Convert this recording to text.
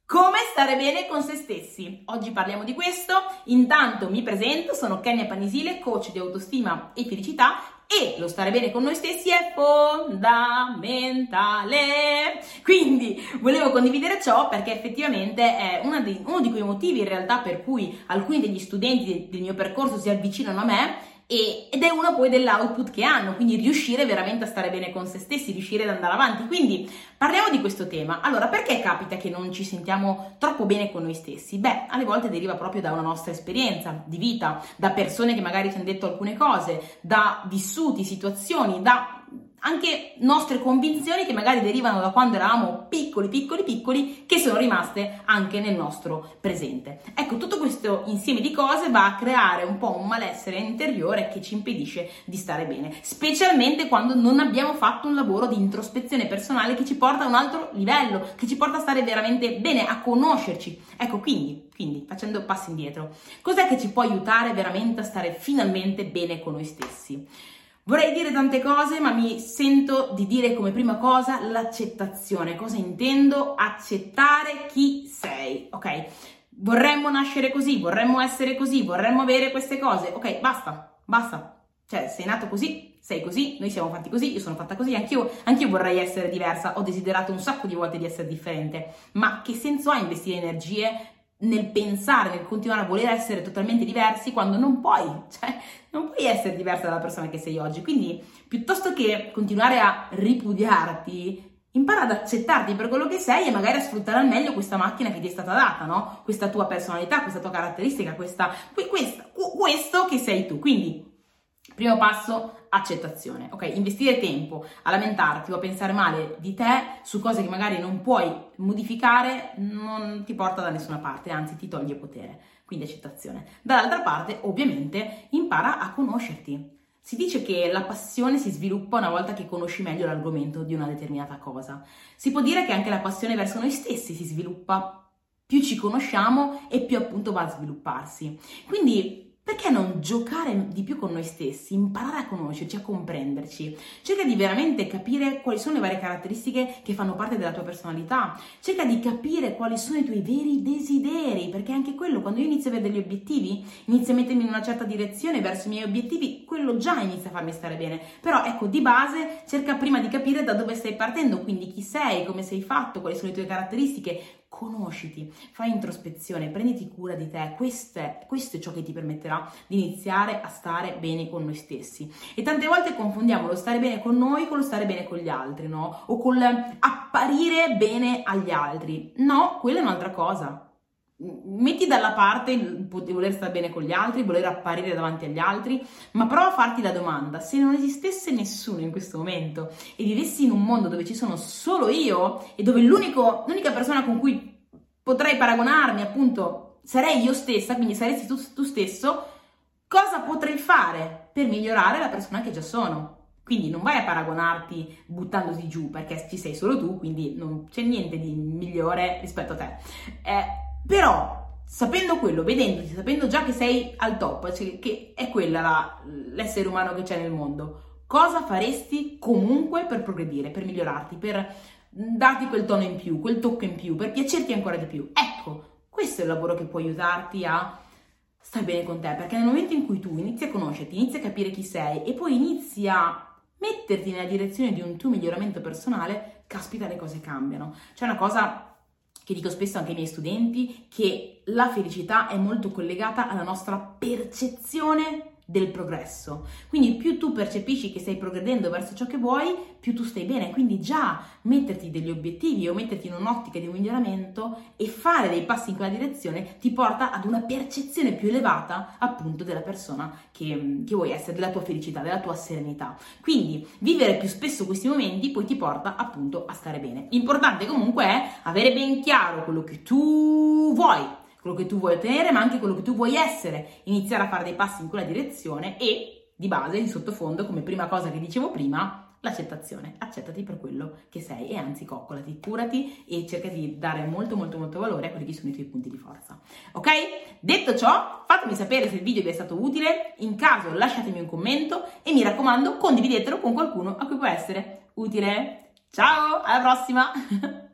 Come stare bene con se stessi? Oggi parliamo di questo. Intanto mi presento, sono Kenia Panisile, coach di autostima e felicità, e lo stare bene con noi stessi è fondamentale. Quindi volevo condividere ciò perché effettivamente è uno di quei motivi in realtà per cui alcuni degli studenti del mio percorso si avvicinano a me ed è uno poi dell'output che hanno, quindi riuscire veramente a stare bene con se stessi, riuscire ad andare avanti. Quindi parliamo di questo tema. Allora, perché capita che non ci sentiamo troppo bene con noi stessi? Beh, alle volte deriva proprio da una nostra esperienza di vita, da persone che magari ci hanno detto alcune cose, da vissuti, situazioni, da anche nostre convinzioni che magari derivano da quando eravamo piccoli, che sono rimaste anche nel nostro presente. Ecco, tutto questo insieme di cose va a creare un po' un malessere interiore che ci impedisce di stare bene, specialmente quando non abbiamo fatto un lavoro di introspezione personale che ci porta a un altro livello, che ci porta a stare veramente bene, a conoscerci. Ecco, quindi facendo passi indietro, cos'è che ci può aiutare veramente a stare finalmente bene con noi stessi? Vorrei dire tante cose, ma mi sento di dire come prima cosa l'accettazione. Cosa intendo? Accettare chi sei, ok? Vorremmo nascere così, vorremmo essere così, vorremmo avere queste cose. Ok, basta. Cioè, sei nato così, sei così, noi siamo fatti così, io sono fatta così, anch'io vorrei essere diversa, ho desiderato un sacco di volte di essere differente. Ma che senso ha investire energie nel pensare, nel continuare a voler essere totalmente diversi quando non puoi essere diversa dalla persona che sei oggi? Quindi, piuttosto che continuare a ripudiarti, impara ad accettarti per quello che sei e magari a sfruttare al meglio questa macchina che ti è stata data, no? Questa tua personalità, questa tua caratteristica, questo che sei tu. Quindi, primo passo, accettazione, ok? Investire tempo a lamentarti o a pensare male di te su cose che magari non puoi modificare non ti porta da nessuna parte, anzi ti toglie potere, quindi accettazione. Dall'altra parte, ovviamente, impara a conoscerti. Si dice che la passione si sviluppa una volta che conosci meglio l'argomento di una determinata cosa. Si può dire che anche la passione verso noi stessi si sviluppa, più ci conosciamo e più appunto va a svilupparsi. Quindi, perché non giocare di più con noi stessi, imparare a conoscerci, a comprenderci? Cerca di veramente capire quali sono le varie caratteristiche che fanno parte della tua personalità. Cerca di capire quali sono i tuoi veri desideri, perché anche quello, quando io inizio a avere degli obiettivi, inizio a mettermi in una certa direzione verso i miei obiettivi, quello già inizia a farmi stare bene. Però ecco, di base, cerca prima di capire da dove stai partendo, quindi chi sei, come sei fatto, quali sono le tue caratteristiche. Conosciti, fai introspezione, prenditi cura di te. Questo è ciò che ti permetterà di iniziare a stare bene con noi stessi. E tante volte confondiamo lo stare bene con noi con lo stare bene con gli altri, no? O con apparire bene agli altri. No, quella è un'altra cosa. Metti dalla parte il voler stare bene con gli altri, voler apparire davanti agli altri, ma prova a farti la domanda: se non esistesse nessuno in questo momento e vivessi in un mondo dove ci sono solo io e dove l'unica persona con cui potrei paragonarmi appunto sarei io stessa, quindi saresti tu stesso, cosa potrei fare per migliorare la persona che già sono? Quindi non vai a paragonarti buttandoti giù, perché ci sei solo tu, quindi non c'è niente di migliore rispetto a te. Però, sapendo quello, vedendoti, sapendo già che sei al top, cioè che è quella l'essere umano che c'è nel mondo, cosa faresti comunque per progredire, per migliorarti, per darti quel tono in più, quel tocco in più, per piacerti ancora di più? Ecco, questo è il lavoro che può aiutarti a stare bene con te, perché nel momento in cui tu inizi a conoscerti, inizi a capire chi sei e poi inizi a metterti nella direzione di un tuo miglioramento personale, caspita, le cose cambiano. C'è una cosa che dico spesso anche ai miei studenti, che la felicità è molto collegata alla nostra percezione del progresso. Quindi più tu percepisci che stai progredendo verso ciò che vuoi, più tu stai bene. Quindi già metterti degli obiettivi o metterti in un'ottica di un miglioramento e fare dei passi in quella direzione ti porta ad una percezione più elevata appunto della persona che vuoi essere, della tua felicità, della tua serenità. Quindi vivere più spesso questi momenti poi ti porta appunto a stare bene. L'importante comunque è avere ben chiaro quello che tu vuoi, quello che tu vuoi ottenere, ma anche quello che tu vuoi essere, iniziare a fare dei passi in quella direzione e, di base, in sottofondo, come prima cosa che dicevo prima, l'accettazione. Accettati per quello che sei e anzi coccolati, curati e cerca di dare molto valore a quelli che sono i tuoi punti di forza. Ok? Detto ciò, fatemi sapere se il video vi è stato utile, in caso lasciatemi un commento e mi raccomando condividetelo con qualcuno a cui può essere utile. Ciao, alla prossima!